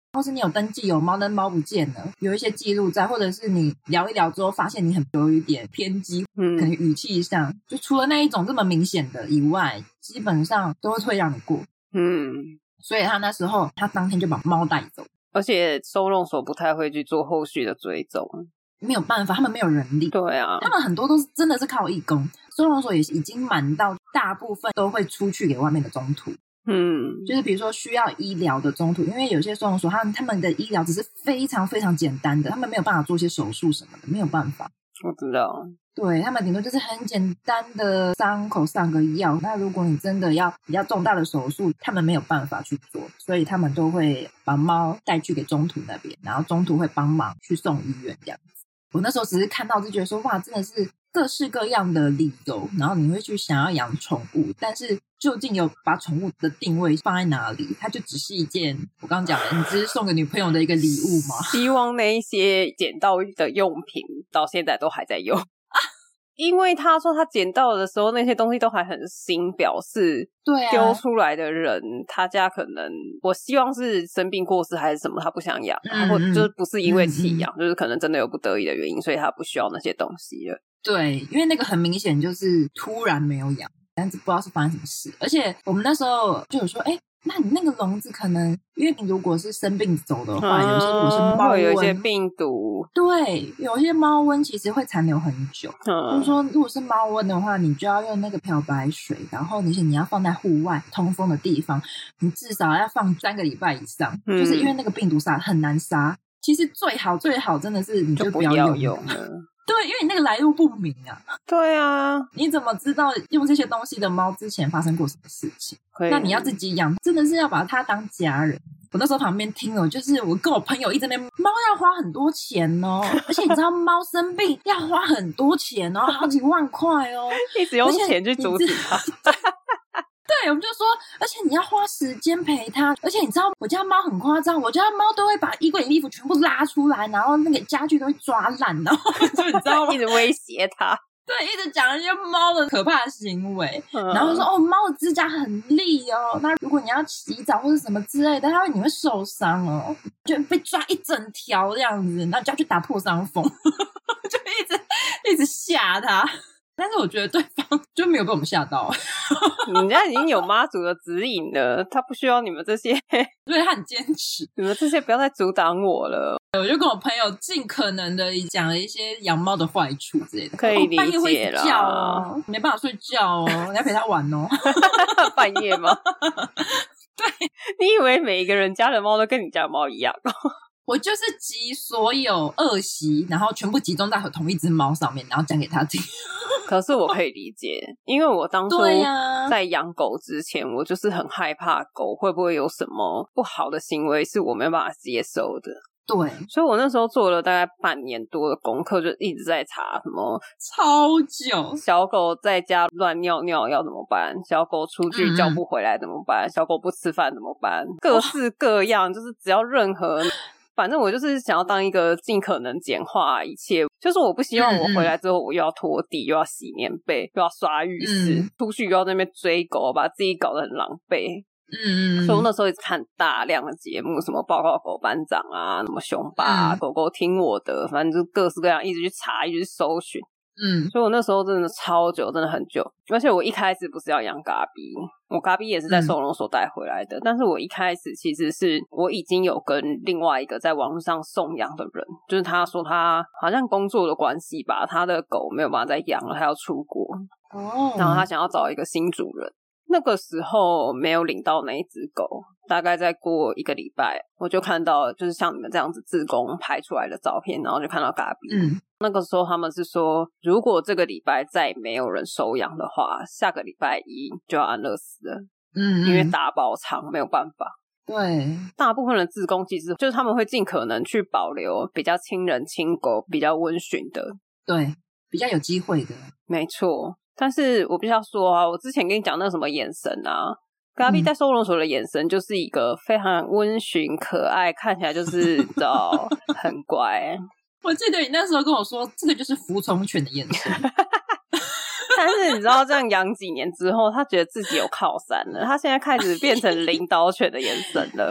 或是你有登记有猫，但猫不见了，有一些记录在，或者是你聊一聊之后发现你很有一点偏激， 嗯， 可能语气上，就除了那一种这么明显的以外，基本上都会退让你过。 嗯， 所以他那时候他当天就把猫带走， 而且收容所不太会去做后续的追踪， 没有办法，他们没有人力。 对啊， 他们很多都是真的是靠义工，收容所也已经满到大部分都会出去给外面的中途。 嗯， 就是比如说需要医疗的中途，因为有些收容所他们他们的医疗只是非常非常简单的，他们没有办法做一些手术什么的，没有办法。 我知道， 对，他们顶多就是很简单的伤口上个药。那如果你真的要比较重大的手术，他们没有办法去做，所以他们都会把猫带去给中途那边，然后中途会帮忙去送医院这样子。我那时候只是看到就觉得说，哇，真的是各式各样的理由，然后你会去想要养宠物，但是究竟有把宠物的定位放在哪里？它就只是一件我刚刚讲的，你只是送给女朋友的一个礼物吗？ 希望那一些捡到的用品到现在都还在用。因为他说他捡到的时候那些东西都还很新，表示对啊， 丢出来的人他家可能我希望是生病过世还是什么他不想养、啊嗯、 或就是不是因为弃养、 嗯、 就是可能真的有不得已的原因，所以他不需要那些东西了。 对，因为那个很明显就是突然没有养，但是不知道是发生什么事。而且我们那时候就有说，哎，那你那个笼子可能，因为你如果是生病走的话， 嗯、 有些如果是猫瘟， 会有一些病毒， 对，有些猫瘟其实会残留很久。 嗯， 就是说，如果是猫瘟的话，你就要用那个漂白水，然后而且你要放在户外通风的地方，你至少要放三个礼拜以上，嗯、就是因为那个病毒杀很难杀。其实最好最好真的是你就不要用， 就不要用了。 对，因为你那个来路不明啊。 对啊， 你怎么知道用这些东西的猫之前发生过什么事情？那你要自己养，真的是要把它当家人。我那时候旁边听了，就是我跟我朋友一直在那边，猫要花很多钱哦，而且你知道猫生病要花很多钱哦，好几万块哦， 一直用钱去阻止它。 对，我们就说，而且你要花时间陪它，而且你知道我家猫很夸张，我家猫都会把衣柜里衣服全部拉出来，然后那个家具都会抓烂，然后就你知道吗？ 一直威胁它。 对，一直讲一些猫的可怕的行为， 嗯、 然后说哦，猫的指甲很利哦，那如果你要洗澡或者什么之类的，它会你会受伤哦，就被抓一整条这样子，然后就要去打破伤风，就一直一直吓它。但是我觉得对方就没有被我们吓到， 人家已经有妈祖的指引了，他不需要你们这些， 所以他很坚持， 你们这些不要再阻挡我了。 我就跟我朋友尽可能的讲了一些养猫的坏处之类的， 可以理解啦、哦、 半夜会叫哦，没办法睡觉哦，你要陪他玩哦。 半夜吗？ 对， 你以为每一个人家的猫都跟你家的猫一样？ 我就是集所有恶习，然后全部集中在同一只猫上面，然后讲给他听。 可是我可以理解，因为我当初在养狗之前，我就是很害怕狗会不会有什么不好的行为是我没有办法接受的。 对， 所以我那时候做了大概半年多的功课，就一直在查什么超久小狗在家乱尿尿要怎么办，小狗出去叫不回来怎么办、嗯、小狗不吃饭怎么办，各式各样，就是只要任何反正我就是想要当一个尽可能简化一切，就是我不希望我回来之后我又要拖地、嗯、又要洗棉被又要刷浴室、嗯、出去又要在那边追狗，把自己搞得很狼狈。嗯，所以我那时候一直看大量的节目，什么报告狗班长啊，什么熊爸啊、嗯、狗狗听我的，反正就各式各样，一直去查，一直去搜寻。嗯，所以我那时候真的超久，真的很久。而且我一开始不是要养嘎比，我嘎比也是在收容所带回来的、嗯、但是我一开始其实是我已经有跟另外一个在网络上送养的人，就是他说他好像工作的关系吧，他的狗没有办法再养了，他要出国哦，然后他想要找一个新主人。那个时候没有领到那一只狗，大概再过一个礼拜我就看到就是像你们这样子志工拍出来的照片，然后就看到嘎比、嗯、那个时候他们是说如果这个礼拜再没有人收养的话，下个礼拜一就要安乐死了。嗯，因为大爆仓没有办法。 对， 大部分的志工其实就是他们会尽可能去保留比较亲人亲狗比较温驯的， 对，比较有机会的， 没错。但是我必须要说啊，我之前跟你讲那个什么眼神啊，嘎比在收容所的眼神就是一个非常温驯可爱，看起来就是知道很乖。 我记得你那时候跟我说这个就是服从犬的眼神。 但是你知道这样养几年之后，他觉得自己有靠山了，他现在开始变成领导犬的眼神了。 那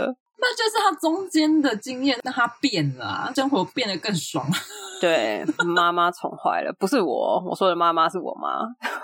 那就是他中间的经验让他变了啊，生活变得更爽。 对，妈妈宠坏了，不是我，我说的妈妈是我妈。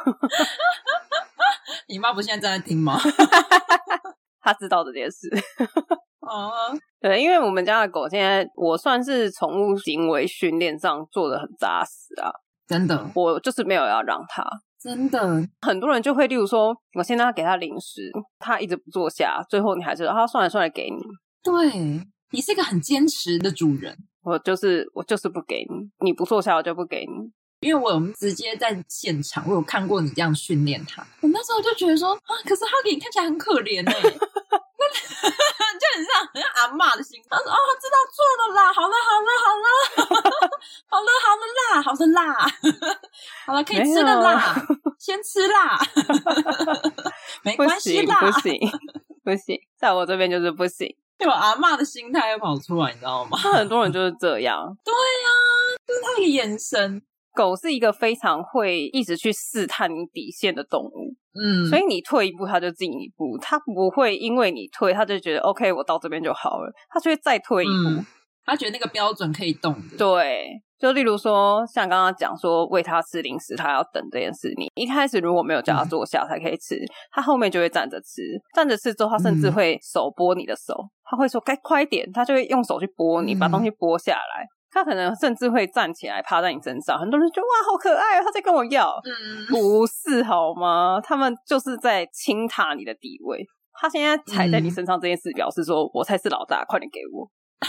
你妈不现在正在听吗？ 她知道这件事。 哦， 对，因为我们家的狗现在我算是宠物行为训练上做得很扎实啊， 真的， 我就是没有要让它。 真的， 很多人就会例如说我现在要给它零食，它一直不坐下，最后你还是啊算了算了给你。 对，你是一个很坚持的主人。 我就是我就是不给你，你不坐下我就不给你。 因为我有直接在现场，我有看过你这样训练它，我那时候就觉得说啊，可是哈给你看起来很可怜哎、欸，就很像很像阿嬷的心。他说哦，知道错了啦，好了好了好了，好了好了啦，好了啦，好了可以吃了啦，先吃啦，没关系啦， 不行不行不行，在我这边就是不行。 有阿嬷的心态又跑出来，你知道吗？ 很多人就是这样。 对啊，就是他的眼神。 狗是一个非常会一直去试探你底线的动物， 嗯， 所以你退一步它就进一步，它不会因为你退它就觉得 OK 我到这边就好了，它就会再退一步、 嗯、它觉得那个标准可以动的。 对，就例如说像刚刚讲说喂它吃零食它要等这件事，你一开始如果没有叫它坐下才可以吃、嗯、它后面就会站着吃，站着吃之后它甚至会手拨你的手、嗯、它会说该快一点，它就会用手去拨你、嗯、把东西拨下来，他可能甚至会站起来趴在你身上，很多人就觉得哇好可爱哦，他在跟我要、嗯、不是好吗？他们就是在轻踏你的地位，他现在踩在你身上这件事表示说、嗯、我才是老大，快点给我。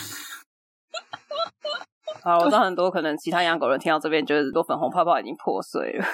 好，我知道很多可能其他养狗人听到这边觉得很多粉红泡泡已经破碎了。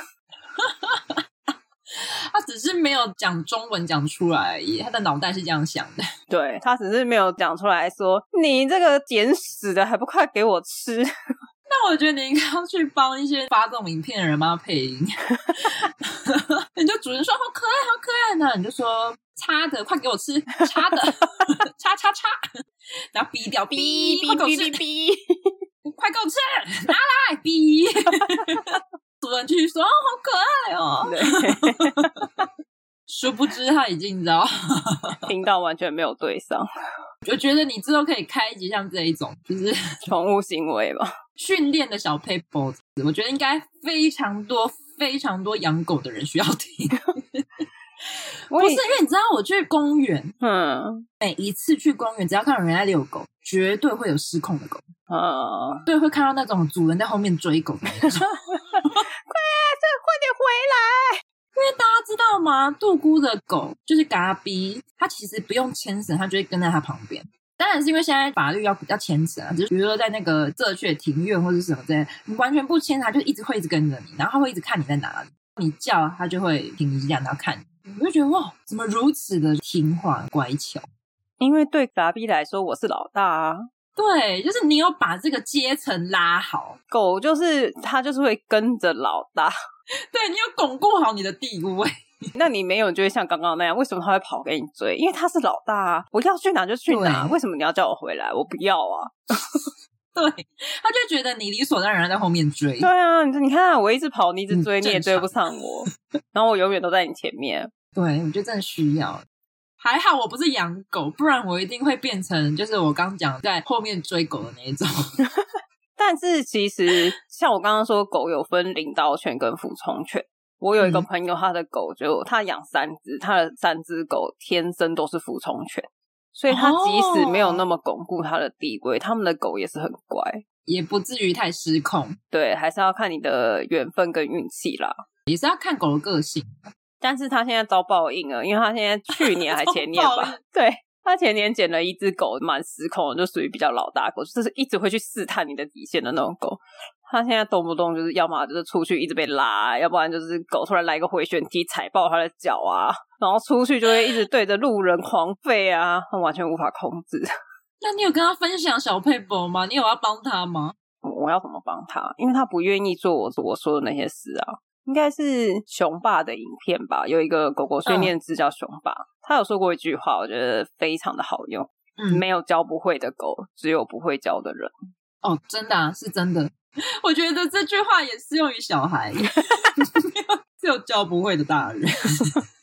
他只是没有讲中文讲出来而已，他的脑袋是这样想的。 对，他只是没有讲出来说你这个捡屎的还不快给我吃。 那我觉得你应该要去帮一些发这种影片的人帮他配音。你就主人说好可爱好可爱呢，你就说叉的快给我吃，叉的叉叉叉，然后逼掉逼逼逼逼逼，快给我吃，拿来逼。主人继续说哦好可爱哦。殊不知他已经你知道听到完全没有对上。 我觉得你之后可以开一集像这一种就是宠物行为吧， 训练的小 paper， 我觉得应该非常多非常多养狗的人需要听。不是因为你知道我去公园，嗯，每一次去公园只要看到人在遛狗绝对会有失控的狗，嗯，对，会看到那种主人在后面追狗的那种。快这快点回来，因为大家知道吗，杜姑的狗就是嘎逼，它其实不用牵绳它就会跟在它旁边，当然是因为现在法律要比较牵绳啊，只是比如说在那个社区的庭院或者什么之类，你完全不牵它就一直会一直跟着你，然后它会一直看你在哪里，你叫它就会停一下然后看你，我就觉得哇怎么如此的听话乖巧。因为对嘎逼来说我是老大啊，对，就是你有把这个阶层拉好，狗就是它就是会跟着老大。对，你有巩固好你的地位。那你没有就会像刚刚那样，为什么他会跑给你追？因为他是老大啊，我要去哪就去哪，为什么你要叫我回来？我不要啊。对，他就觉得你理所当然在后面追。对啊，你你看我一直跑你一直追、嗯、你也追不上我，然后我永远都在你前面。对，我觉得真的需要。还好我不是养狗，不然我一定会变成就是我刚讲在后面追狗的那一种。但是其实像我刚刚说狗有分领导犬跟服从犬，我有一个朋友他的狗就他养三只，他的三只狗天生都是服从犬，所以他即使没有那么巩固他的地位、哦、他们的狗也是很乖，也不至于太失控。对，还是要看你的缘分跟运气啦，也是要看狗的个性。但是他现在遭报应了，因为他现在去年还前年吧对，他前年捡了一只狗蛮失控的，就属于比较老大狗，就是一直会去试探你的底线的那种狗。他现在动不动就是要么就是出去一直被拉，要不然就是狗突然来一个回旋踢踩爆他的脚啊，然后出去就会一直对着路人狂吠啊，他完全无法控制。那你有跟他分享小撇步吗？你有要帮他吗？我要怎么帮他？因为他不愿意做我我说的那些事啊。应该是熊爸的影片吧，有一个狗狗训练师叫熊爸、嗯、他有说过一句话我觉得非常的好用、嗯、没有教不会的狗，只有不会教的人。哦，真的啊，是真的。我觉得这句话也适用于小孩。只有教不会的大人。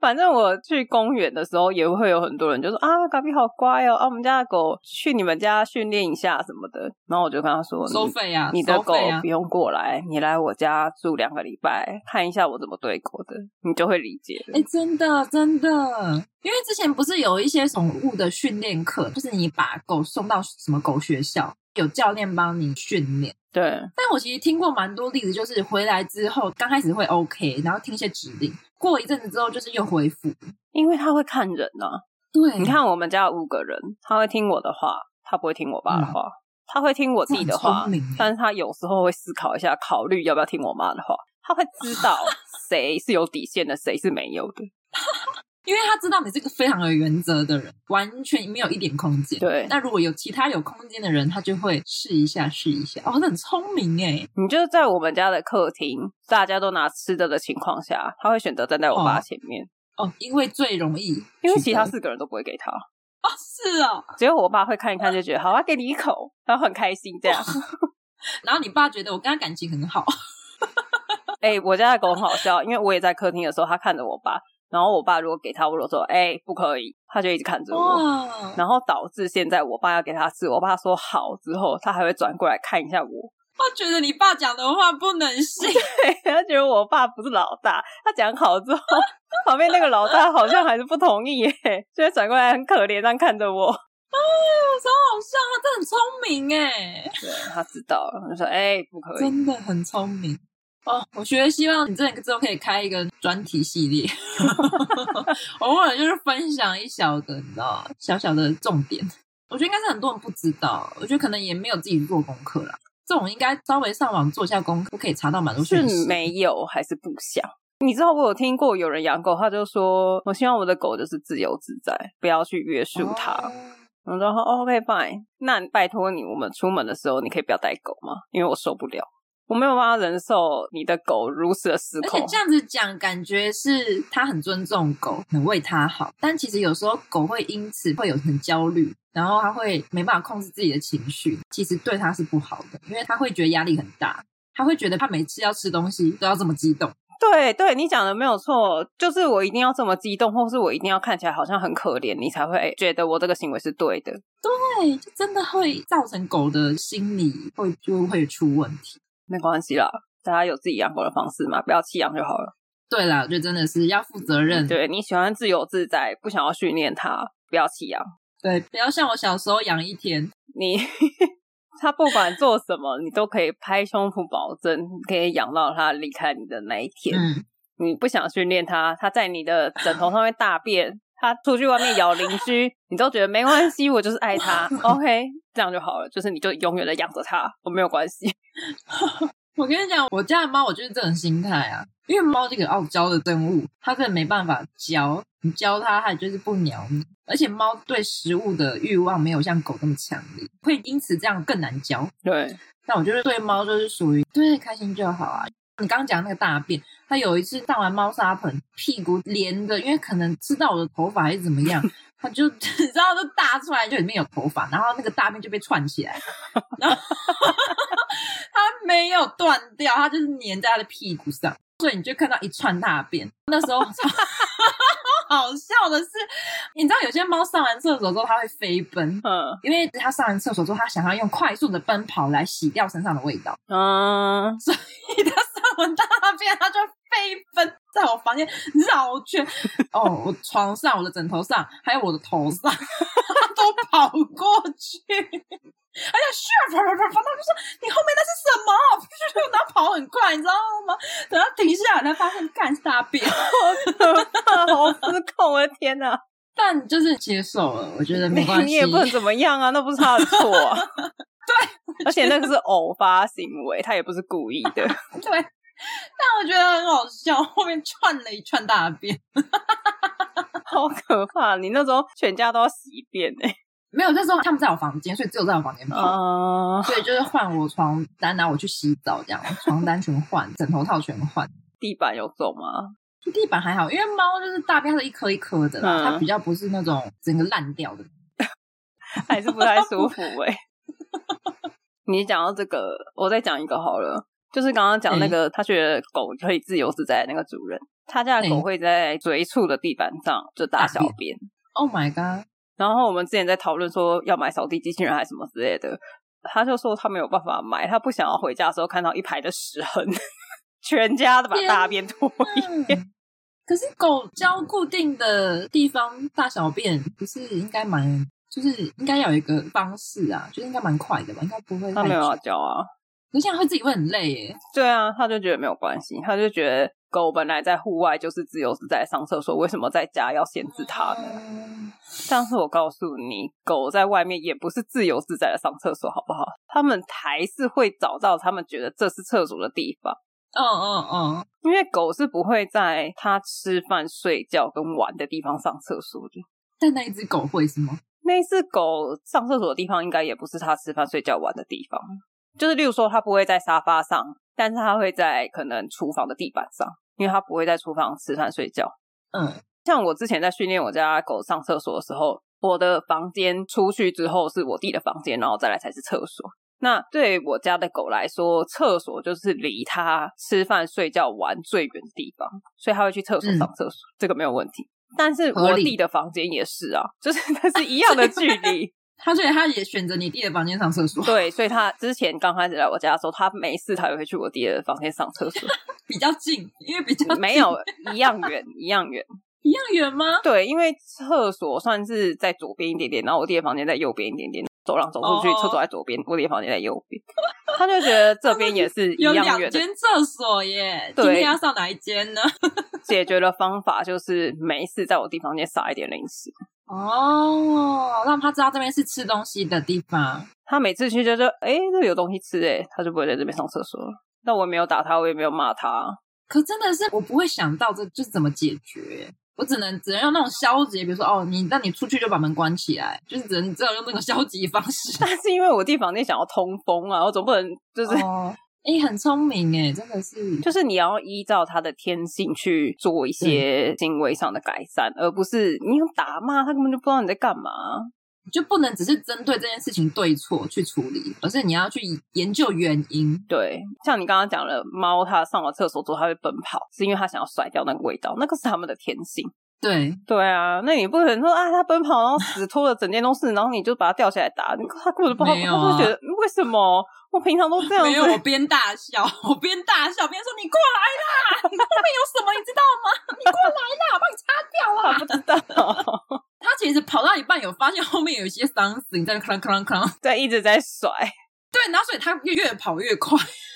反正我去公园的时候也会有很多人就说啊嘎比好乖哦，啊我们家的狗去你们家训练一下什么的，然后我就跟他说收费啊， 你的狗啊、 不用过来，你来我家住两个礼拜看一下我怎么对狗的，你就会理解了。 哎，真的真的，因为之前不是有一些宠物的训练课，就是你把狗送到什么狗学校，有教练帮你训练。 对， 但我其实听过蛮多例子，就是回来之后刚开始会 OK， 然后听一些指令，过一阵子之后就是又恢复， 因为他会看人啊。 对， 你看我们家有五个人，他会听我的话，他不会听我爸的话、嗯、他会听我自己的话，但是他有时候会思考一下，考虑要不要听我妈的话，他会知道谁是有底线的，谁是没有的。 因为他知道你是个非常有原则的人，完全没有一点空间。 对， 那如果有其他有空间的人，他就会试一下试一下。哦，他很聪明耶。 你就在我们家的客厅，大家都拿吃的的情况下，他会选择站在我爸前面。 哦，哦因为最容易， 因为其他四个人都不会给他。 哦，是哦。 只有我爸会看一看就觉得好，他给你一口，然后很开心这样。 然后你爸觉得我跟他感情很好。 哎、欸，我家的狗很好笑，因为我也在客厅的时候，他看着我爸。然后我爸如果给他，我就说哎、欸、不可以，他就一直看着我，然后导致现在我爸要给他吃，我爸说好之后，他还会转过来看一下我。 他觉得你爸讲的话不能信， 对，他觉得我爸不是老大，他讲好之后，旁边那个老大好像还是不同意耶，就会转过来很可怜这样看着我。 哎呦，超好笑，他真的很聪明耶。 对，他知道了，就说哎、欸、不可以， 真的很聪明。哦，我觉得希望你这个之后可以开一个专题系列，偶尔就是分享一小个，你知道吗？小小的重点。我觉得应该是很多人不知道，我觉得可能也没有自己做功课啦。这种应该稍微上网做一下功课，可以查到蛮多讯息。 是没有还是不想？你知道我有听过有人养狗，他就说我希望我的狗就是自由自在，不要去约束它。哦我说 OK fine， 那拜托你，我们出门的时候你可以不要带狗吗？因为我受不了。我没有办法忍受你的狗如此的失控， 而且这样子讲，感觉是他很尊重狗，很为他好。但其实有时候狗会因此会有很焦虑，然后他会没办法控制自己的情绪，其实对他是不好的，因为他会觉得压力很大，他会觉得他每次要吃东西都要这么激动。 对对，你讲的没有错，就是我一定要这么激动，或是我一定要看起来好像很可怜，你才会觉得我这个行为是对的。 对，就真的会造成狗的心理会就会出问题。 没关系啦，大家有自己养狗的方式嘛，不要弃养就好了。 对啦，我觉得真的是要负责任。 对，你喜欢自由自在，不想要训练它，不要弃养。 对，不要像我小时候养一天， 你他不管做什么，你都可以拍胸脯保证，可以养到他离开你的那一天。嗯，你不想训练它，它在你的枕头上面大便，它出去外面咬邻居，你都觉得没关系，我就是爱它。OK， 这样就好了，就是你就永远的养着它，我没有关系。 我跟你讲，我家的猫我就是这种心态啊，因为猫这个傲娇的生物，它真的没办法教，你教它它就是不鸟你，而且猫对食物的欲望没有像狗那么强烈，会因此这样更难教。 对， 但我觉得对猫就是属于对开心就好啊。你刚刚讲那个大便，它有一次上完猫砂盆，屁股连的，因为可能吃到我的头发还是怎么样，它就你知道就大出来，就里面有头发，然后那个大便就被串起来，然后它没有断掉，它就是粘在它的屁股上，所以你就看到一串大便。那时候好笑的是，你知道有些猫上完厕所之后它会飞奔，嗯，因为它上完厕所之后，它想要用快速的奔跑来洗掉身上的味道，嗯，所以它上完大便它就飞奔在我房间绕圈，哦，我床上、我的枕头上，还有我的头上，它都跑过去。而且咻跑跑跑跑，他就说你后面那是什么？然后跑很快，你知道吗？等他停下来，才发现干是大便，好可怕，好失控！我的天哪！ 但就是接受了，我觉得没关系， 你也不能怎么样啊，那不是他的错啊。对，而且那个是偶发行为，他也不是故意的。 对，但我觉得很好笑，后面串了一串大便， 好可怕！你那时候全家都要洗一遍哎、欸。 没有，那时候他们在我房间，所以只有在我房间跑，uh... 所以就是换我床单，然后我去洗澡，这样床单全换，枕头套全换。 地板有重吗？ 地板还好，因为猫就是大便它是一颗一颗的啦、嗯，它比较不是那种整个烂掉的， 还是不太舒服哎、欸。你讲到这个，我再讲一个好了。 就是刚刚讲那个、欸、他觉得狗可以自由自在的那个主人，他家的狗会在随处的地板上就大小便。 Oh my god！ 然后我们之前在讨论说要买扫地机器人还是什么之类的，他就说他没有办法买，他不想要回家的时候看到一排的屎痕，全家的把大便拖一遍。 可是狗交固定的地方大小便不是应该蛮就是应该要有一个方式啊，就是应该蛮快的吧，应该不会太久。 他没有要教啊， 可是这样会自己会很累耶。 对啊，他就觉得没有关系，他就觉得狗本来在户外就是自由自在上厕所，为什么在家要限制它呢？嗯、但是我告诉你，狗在外面也不是自由自在的上厕所好不好，他们还是会找到他们觉得这是厕所的地方。 嗯嗯嗯， 因为狗是不会在它吃饭睡觉跟玩的地方上厕所的。 但那一只狗会是吗？ 那一只狗上厕所的地方应该也不是它吃饭睡觉玩的地方，就是例如说它不会在沙发上，但是它会在可能厨房的地板上，因为它不会在厨房吃饭睡觉。 嗯， 像我之前在训练我家狗上厕所的时候，我的房间出去之后是我弟的房间，然后再来才是厕所。那对我家的狗来说，厕所就是离它吃饭睡觉玩最远的地方，所以它会去厕所上厕所、嗯、这个没有问题。但是我弟的房间也是啊，就是它是一样的距离。 他所以他也选择你弟的房间上厕所。 对，所以他之前刚开始来我家的时候，他没事他也会去我弟的房间上厕所。 比较近，因为比较近。 没有一样远一样远一样远吗？ 对，因为厕所算是在左边一点点，然后我弟的房间在右边一点点，走廊走出去、oh. 厕所在左边，我弟的房间在右边。他就觉得这边也是一样远的。有两间厕所耶，今天要上哪一间呢？ 解决的方法就是没事在我弟房间撒一点零食。 哦、oh, 让他知道这边是吃东西的地方。 他每次去就说诶这里有东西吃诶，他就不会在这边上厕所了。但我也没有打他，我也没有骂他。 可真的是我不会想到这就是怎么解决，我只能只能用那种消极，比如说哦，你那你出去就把门关起来，就是只能只有用那个消极方式。 但是因为我弟房间想要通风啊，我总不能就是哦，哎、欸，很聪明哎，真的是， 就是你要依照他的天性去做一些行为上的改善，而不是你用打骂他根本就不知道你在干嘛。 就不能只是针对这件事情对错去处理，而是你要去研究原因。 对，像你刚刚讲了，猫它上了厕所之后它会奔跑，是因为它想要甩掉那个味道，那个是它们的天性。 对对啊，那你不可能说啊，它奔跑然后屎拖了整间都是，然后你就把它吊起来打，它根本不好，它就觉得为什么我平常都这样子。 没有，我边大笑，我边大笑边说你过来啦，你后面有什么你知道吗？你过来啦，我帮你擦掉啦。 不知道。 他其实跑到一半有发现后面有一些丧死，你在那哐哐哐， 对，一直在甩。 对，然后所以他越跑越快。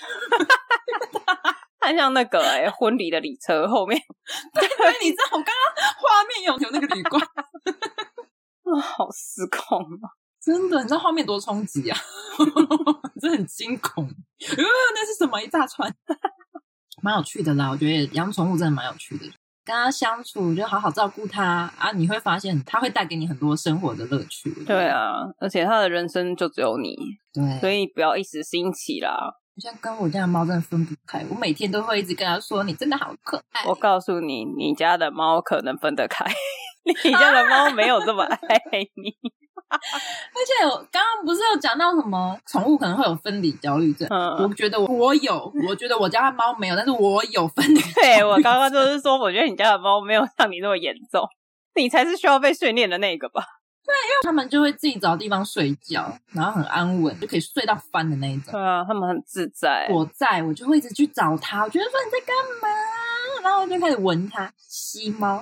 很像那个哎、欸，婚礼的礼车后面。 对，你知道我刚刚画面有有那个旅馆。 啊，好失控啊！ 真的，你知道画面多冲击啊！真的很惊恐。呃，那是什么一大串？蛮有趣的啦，我觉得养宠物真的蛮有趣的。跟他相处就好好照顾他啊，你会发现他会带给你很多生活的乐趣。 对啊，而且他的人生就只有你， 对， 所以不要一时兴起啦。 我现在跟我家的猫真的分不开，我每天都会一直跟他说你真的好可爱。 我告诉你，你家的猫可能分得开，你家的猫没有这么爱你。 而且我刚刚不是有讲到什么宠物可能会有分离焦虑症、嗯、我觉得 我, 我有我觉得我家的猫没有，但是我有分离焦虑症。 对，我刚刚就是说我觉得你家的猫没有像你那么严重，你才是需要被训练的那个吧。 对，因为他们就会自己找地方睡觉，然后很安稳，就可以睡到翻的那一种。 对啊，他们很自在。 我在我就会一直去找它，我觉得说你在干嘛，然后我就开始闻它吸猫。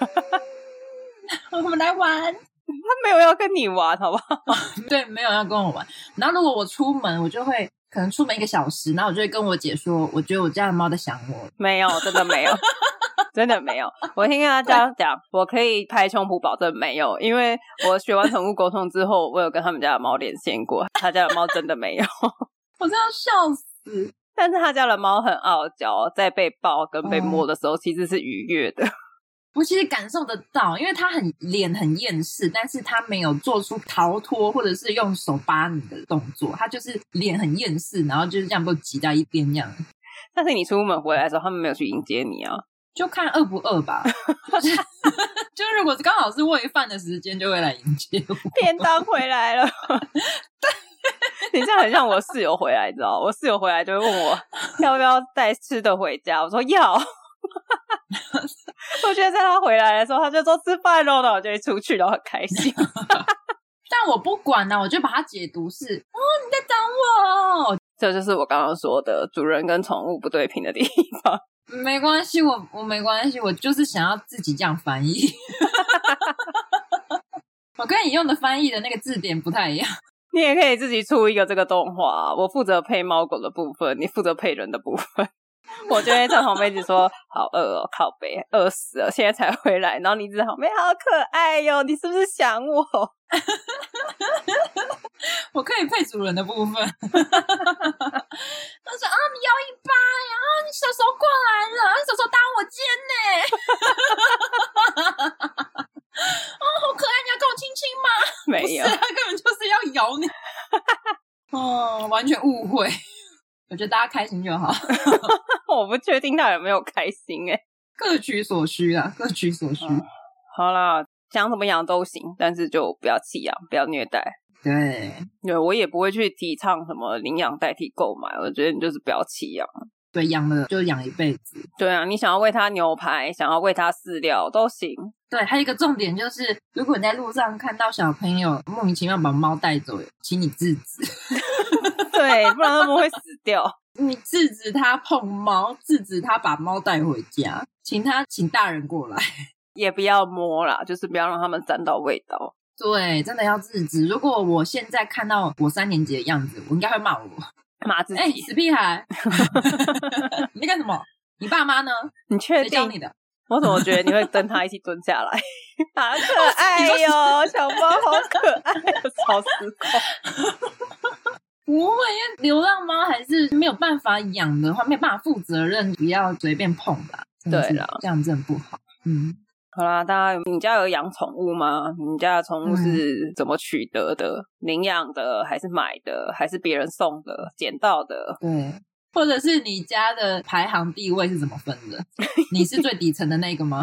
我们来玩。 他没有要跟你玩好不好？ 对，没有要跟我玩。然后如果我出门，我就会可能出门一个小时，然后我就会跟我姐说我觉得我家的猫在想我。 没有，真的没有。真的没有，我听他这样讲，我可以拍胸脯保证没有，因为我学完宠物沟通之后，我有跟他们家的猫连线过，他家的猫真的没有。 我真要笑死。 但是他家的猫很傲娇，在被抱跟被摸的时候、哦、其实是愉悦的。 我其实感受得到，因为他很脸很厌世，但是他没有做出逃脱或者是用手扒你的动作，他就是脸很厌世，然后就是这样被挤在一边这样。 但是你出门回来的时候，他们没有去迎接你啊。 就看饿不饿吧。就是就如果刚好是喂饭的时间，就会来迎接我。 便当回来了。你这样很像我室友回来，你知道？我室友回来就会问我要不要带吃的回家，我说要。我觉得在他回来的时候，他就说吃饭咯，然后我就会出去，然后很开心。 但我不管啊，我就把它解读是哦你在等我， 这就是我刚刚说的主人跟宠物不对频的地方。 没关系，我我没关系，我就是想要自己这样翻译。我跟你用的翻译的那个字典不太一样。 你也可以自己出一个这个动画，我负责配猫狗的部分，你负责配人的部分。我就会在旁边一直说好饿哦，靠北饿死了，现在才回来，然后你一直旁边好可爱哟，你是不是想我？ 我可以配主人的部分。他说啊你摇一巴呀，啊你手手过来了，手手搭我肩呢。哦好可爱，你要跟我亲亲吗？ 没有， 不是，他根本就是要咬你。哦完全误会，我觉得大家开心就好。 我不确定他有没有开心耶， 各取所需啦，各取所需、嗯、 好啦，想怎么养都行，但是就不要弃养，不要虐待。 对， 对，我也不会去提倡什么领养代替购买，我觉得你就是不要弃养。 对，养了就养一辈子。 对啊，你想要喂它牛排，想要喂它饲料都行。 对，还有一个重点就是，如果你在路上看到小朋友莫名其妙把猫带走，请你制止。 对，不然他们会死掉。 你制止他碰猫，制止他把猫带回家，请他请大人过来。 也不要摸啦，就是不要让他们沾到味道。 对，真的要制止。如果我现在看到我三年级的样子，我应该会骂我。 骂自己。 哎、欸，死屁孩！你在干什么？你爸妈呢？ 你确定？ 谁教你的？ 我怎么觉得你会跟他一起蹲下来？好可爱哟，小猫好可爱，超失控。 不会，因为流浪猫还是没有办法养的话，没有办法负责任，不要随便碰吧。 对啦， 这样真的不好。嗯， 好啦，大家，你家有养宠物吗？你家的宠物是怎么取得的？领养的，还是买的，还是别人送的、捡到的？ 对，或者是你家的排行地位是怎么分的？你是最底层的那个吗？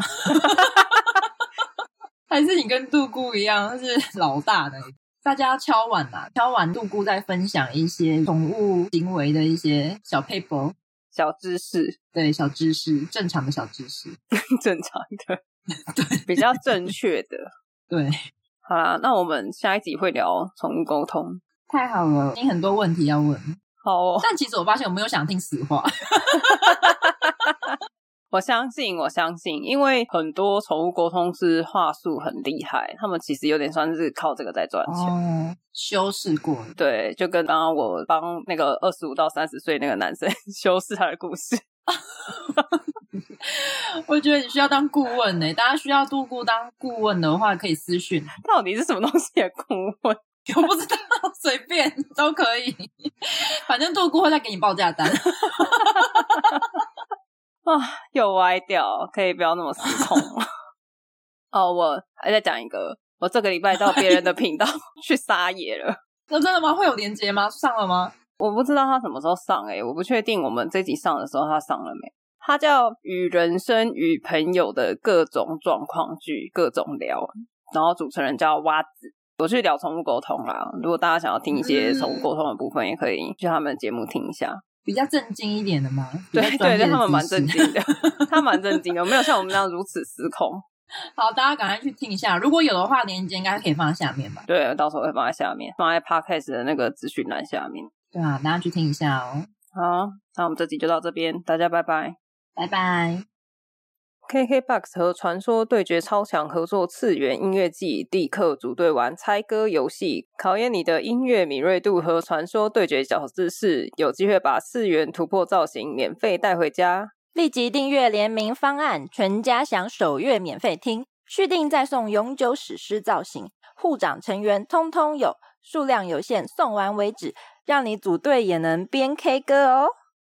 还是你跟杜姑一样是老大的？大家敲碗啦，敲碗杜姑在分享一些宠物行为的一些小 paper、 小知识， 对，小知识，正常的小知识， 正常的， 对， 比较正确的， 对。 好啦，那我们下一集会聊宠物沟通。 太好了，你很多问题要问。 好哦， 但其实我发现我没有想听实话。 我相信，我相信，因为很多宠物沟通师话术很厉害，他们其实有点算是靠这个在赚钱。 哦，修饰过了。 对，就跟刚刚我帮那个二十五到三十岁那个男生修饰他的故事。 我觉得你需要当顾问耶，大家需要杜姑当顾问的话，可以私讯。 到底是什么东西的顾问？ 我不知道，随便都可以，反正杜姑会再给你报价单。 啊，又歪掉，可以不要那么失控吗？哦，我还在讲一个，我这个礼拜到别人的频道去撒野了。 那真的吗？会有连结吗？上了吗？ 我不知道他什么时候上诶、欸、我不确定我们这集上的时候他上了没。他叫与人生与朋友的各种状况剧，各种聊，然后主持人叫蛙子。我去聊宠物沟通啦，如果大家想要听一些宠物沟通的部分，也可以去他们的节目听一下。 比较震惊一点的吗？ 对对对，他们蛮震惊的，他蛮震惊的，没有像我们那样如此失控。 好，大家赶快去听一下，如果有的话，链接应该可以放在下面吧？ 对，到时候会放在下面，放在 Podcast 的那个资讯栏下面。 对啊，大家去听一下哦。 好，那我们这集就到这边，大家拜拜， 拜拜。 K K B O X 和传说对决超强合作次元音乐季，立刻组队玩猜歌游戏，考验你的音乐敏锐度和传说对决小知识，有机会把次元突破造型免费带回家。 立即订阅联名方案，全家享首月免费听，续订再送永久史诗造型，护长成员通通有，数量有限，送完为止，让你组队也能边 K 歌哦。